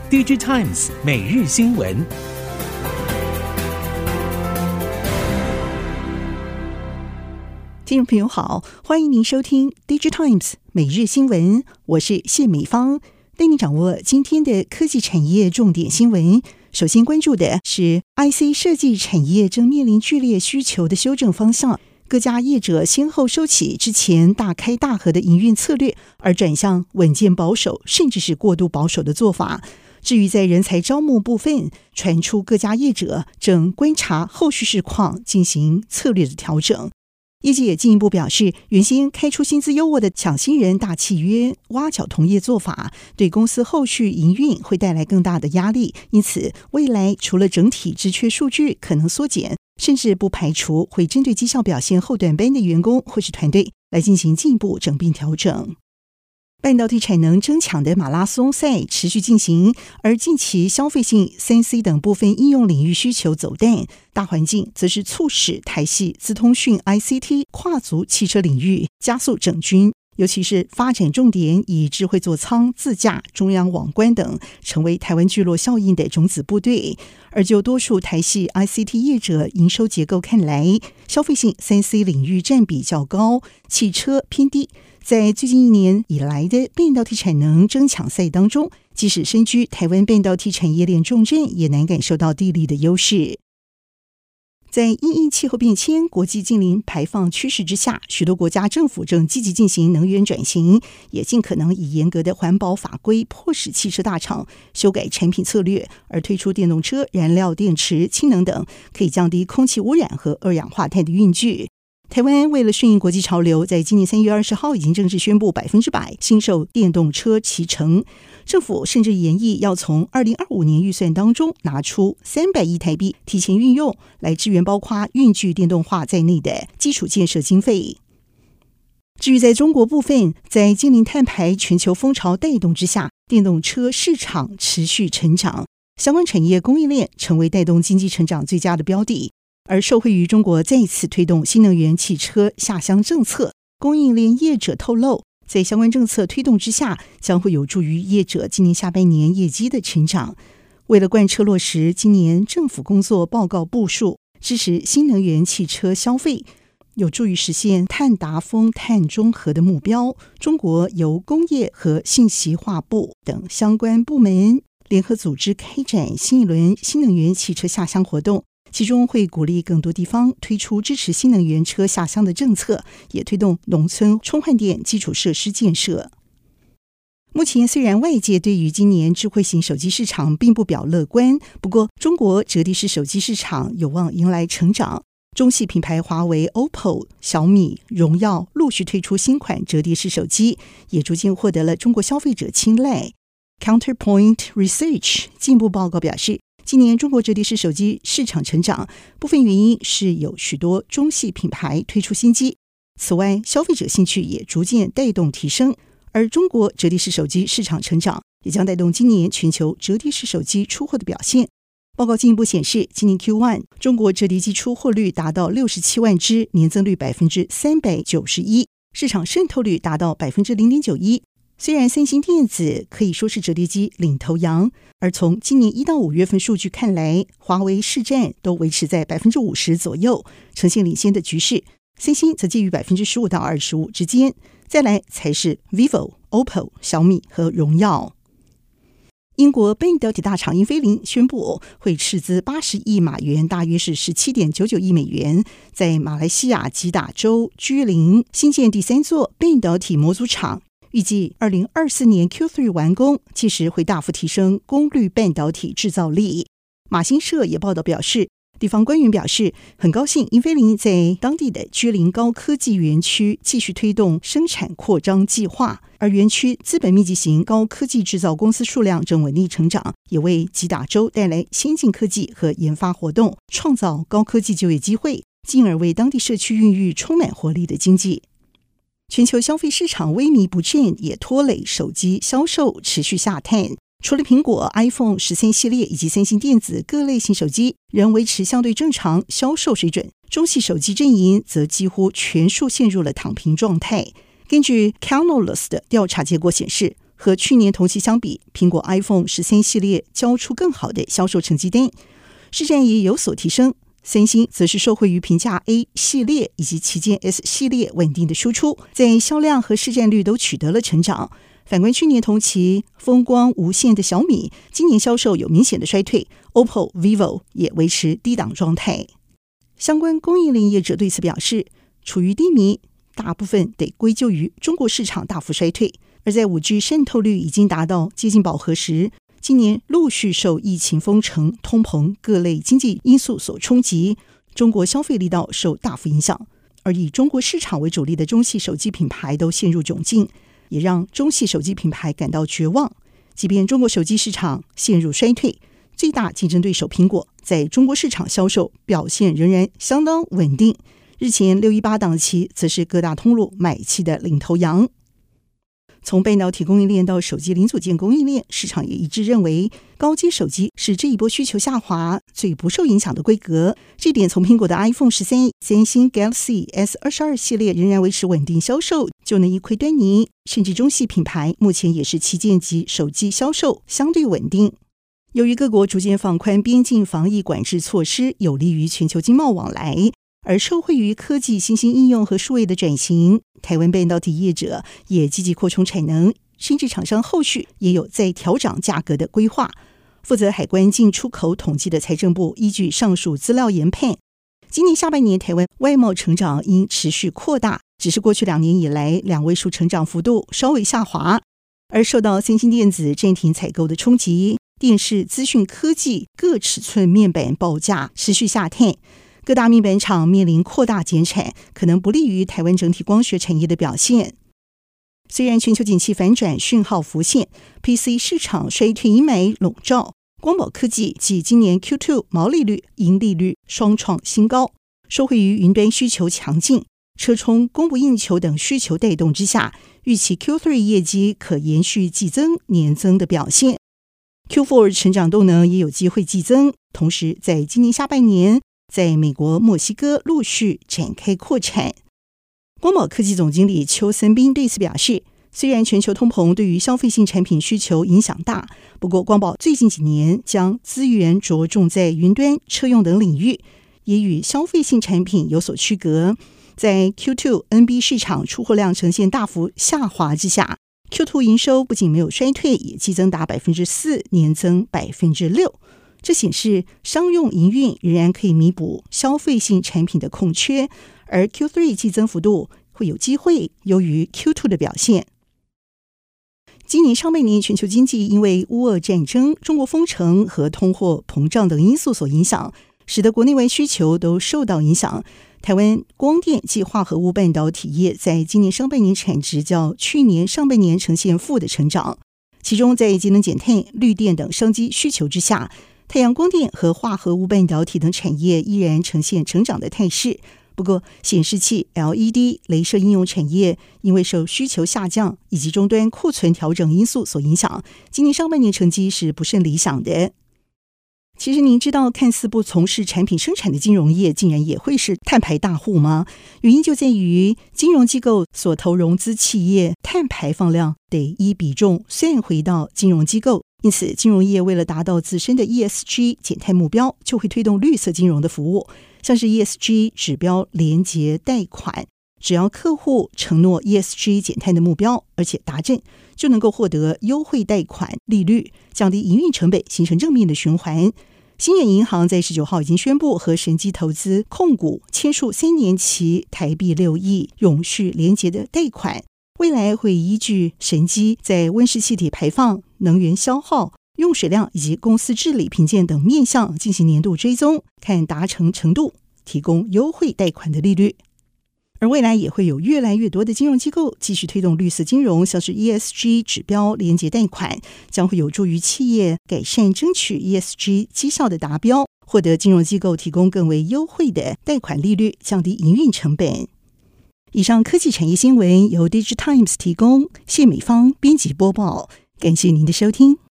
DigiTimes 每日新闻。 听众朋友好，欢迎您收听 DigiTimes 每日新闻，我是谢美芳，带您掌握今天的科技产业重点新闻。首先关注的是 IC 设计产业正面临剧烈需求的修正方向，各家业者先后收起之前大开大合的营运策略，而转向稳健保守甚至是过度保守的做法。至于在人才招募部分，传出各家业者正观察后续市况进行策略的调整。业界也进一步表示，原先开出薪资优渥的抢新人大契约挖角同业做法，对公司后续营运会带来更大的压力，因此未来除了整体职缺数据可能缩减，甚至不排除会针对绩效表现后段班的员工或是团队来进行进一步整并调整。半导体产能争抢的马拉松赛持续进行，而近期消费性 3C 等部分应用领域需求走淡，大环境则是促使台系资通讯 ICT 跨足汽车领域加速整军，尤其是发展重点以智慧座舱、自驾、中央网关等成为台湾聚落效应的种子部队。而就多数台系 ICT 业者营收结构看来，消费性 3C 领域占比较高，汽车偏低。在最近1年以来的半导体产能争抢赛当中，即使身居台湾半导体产业链重镇，也难感受到地利的优势。在因应气候变迁、国际净零排放趋势之下，许多国家政府正积极进行能源转型，也尽可能以严格的环保法规迫使汽车大厂修改产品策略，而推出电动车、燃料电池、氢能等可以降低空气污染和二氧化碳的运具。台湾为了顺应国际潮流，在今年3月20号已经正式宣布100%新售电动车骑乘。政府甚至研议要从2025年预算当中拿出300亿台币提前运用，来支援包括运具电动化在内的基础建设经费。至于在中国部分，在净零碳排全球风潮带动之下，电动车市场持续成长，相关产业供应链成为带动经济成长最佳的标的。而受惠于中国再次推动新能源汽车下乡政策，供应链业者透露，在相关政策推动之下，将会有助于业者今年下半年业绩的成长。为了贯彻落实今年政府工作报告部署，支持新能源汽车消费，有助于实现碳达峰、碳中和的目标，中国由工业和信息化部等相关部门联合组织开展新一轮新能源汽车下乡活动。其中会鼓励更多地方推出支持新能源车下乡的政策，也推动农村充换电基础设施建设。目前虽然外界对于今年智慧型手机市场并不表乐观，不过中国折叠式手机市场有望迎来成长。中系品牌华为、OPPO、小米、荣耀陆续推出新款折叠式手机，也逐渐获得了中国消费者青睐。Counterpoint Research 进一步报告表示，今年中国折叠式手机市场成长，部分原因是有许多中系品牌推出新机。此外，消费者兴趣也逐渐带动提升，而中国折叠式手机市场成长也将带动今年全球折叠式手机出货的表现。报告进一步显示，今年 Q1 中国折叠机出货率达到67万只，年增率391%，市场渗透率达到0.91%。虽然三星电子可以说是折叠机领头羊，而从今年1到5月份数据看来，华为市占都维持在50%左右，呈现领先的局势。三星则介于15%到25%之间，再来才是 vivo、OPPO、小米和荣耀。英国半导体大厂英飞凌宣布会斥资80亿马元，大约是17.99亿美元，在马来西亚吉打州居林新建第3座半导体模组厂。预计2024年 Q3 完工，届时会大幅提升功率半导体制造力。马新社也报道表示，地方官员表示，很高兴英飞凌在当地的居林高科技园区继续推动生产扩张计划，而园区资本密集型高科技制造公司数量正稳定成长，也为吉打州带来先进科技和研发活动，创造高科技就业机会，进而为当地社区孕育充满活力的经济。全球消费市场萎靡不振，也拖累手机销售持续下探。除了苹果 iPhone 13系列以及三星电子各类型手机仍维持相对正常销售水准，中系手机阵营则几乎全数陷入了躺平状态。根据 Canalys 的调查结果显示， 和去年同期相比，苹果 iPhone 13系列交出更好的销售成绩单，市占也有所提升。三星则是受惠于平价 A 系列以及旗舰 S 系列稳定的输出，在销量和市占率都取得了成长。反观去年同期风光无限的小米，今年销售有明显的衰退， OPPO、vivo 也维持低档状态。相关供应链业者对此表示，处于低迷，大部分得归咎于中国市场大幅衰退，而在 5G 渗透率已经达到接近饱和时，今年陆续受疫情封城、通膨各类经济因素所冲击，中国消费力道受大幅影响，而以中国市场为主力的中系手机品牌都陷入窘境，也让中系手机品牌感到绝望。即便中国手机市场陷入衰退，最大竞争对手苹果在中国市场销售表现仍然相当稳定，日前618档期则是各大通路买气的领头羊。从半导体供应链到手机零组件供应链，市场也一致认为高阶手机是这一波需求下滑最不受影响的规格。这点从苹果的 iPhone 13、三星 Galaxy S22 系列仍然维持稳定销售就能一窥端倪，甚至中系品牌目前也是旗舰级手机销售相对稳定。由于各国逐渐放宽边境防疫管制措施，有利于全球经贸往来，而受惠于科技新兴应用和数位的转型，台湾半导体业者也积极扩充产能，甚至厂商后续也有在调涨价格的规划。负责海关进出口统计的财政部依据上述资料研判，今年下半年台湾外贸成长应持续扩大，只是过去2年以来2位数成长幅度稍微下滑。而受到三星电子暂停采购的冲击，电视资讯科技各尺寸面板报价持续下探，各大面板厂面临扩大减产，可能不利于台湾整体光学产业的表现。虽然全球景气反转讯号浮现， PC 市场衰退阴霾笼罩，光宝科技继今年 Q2 毛利率、盈利率双创新高，受惠于云端需求强劲、车充供不应求等需求带动之下，预期 Q3 业绩可延续季增年增的表现， Q4 成长动能也有机会季增。同时在今年下半年在美国、墨西哥陆续展开扩产。光宝科技总经理邱森斌对此表示，虽然全球通膨对于消费性产品需求影响大，不过光宝最近几年将资源着重在云端、车用等领域，也与消费性产品有所区隔。在 Q2 NB 市场出货量呈现大幅下滑之下， Q2 营收不仅没有衰退，也季增达 4%， 年增 6%。这显示商用营运仍然可以弥补消费性产品的空缺，而 Q3 季增幅度会有机会优于 Q2 的表现。今年上半年全球经济因为乌俄战争、中国封城和通货膨胀等因素所影响，使得国内外需求都受到影响。台湾光电及化合物半导体业在今年上半年产值较去年上半年呈现负的成长，其中在节能减碳、绿电等商机需求之下，太阳光电和化合物半导体等产业依然呈现成长的态势。不过显示器、LED、雷射应用产业因为受需求下降以及终端库存调整因素所影响，今年上半年成绩是不甚理想的。其实您知道看似不从事产品生产的金融业竟然也会是碳排大户吗？原因就在于金融机构所投融资企业碳排放量得依比重算回到金融机构，因此金融业为了达到自身的 ESG 减碳目标，就会推动绿色金融的服务，像是 ESG 指标连结贷款，只要客户承诺 ESG 减碳的目标而且达阵，就能够获得优惠贷款利率，降低营运成本，形成正面的循环。新远银行在19号已经宣布和神基投资控股签署3年期台币6亿永续连结的贷款，未来会依据神基在温室气体排放、能源消耗、用水量以及公司治理评鉴等面向进行年度追踪，看达成程度，提供优惠贷款的利率。而未来也会有越来越多的金融机构继续推动绿色金融，像是 ESG 指标连结贷款，将会有助于企业改善争取 ESG 绩效的达标，获得金融机构提供更为优惠的贷款利率，降低营运成本。以上科技产业新闻由 Digitimes 提供，谢美芳编辑播报，感谢您的收听。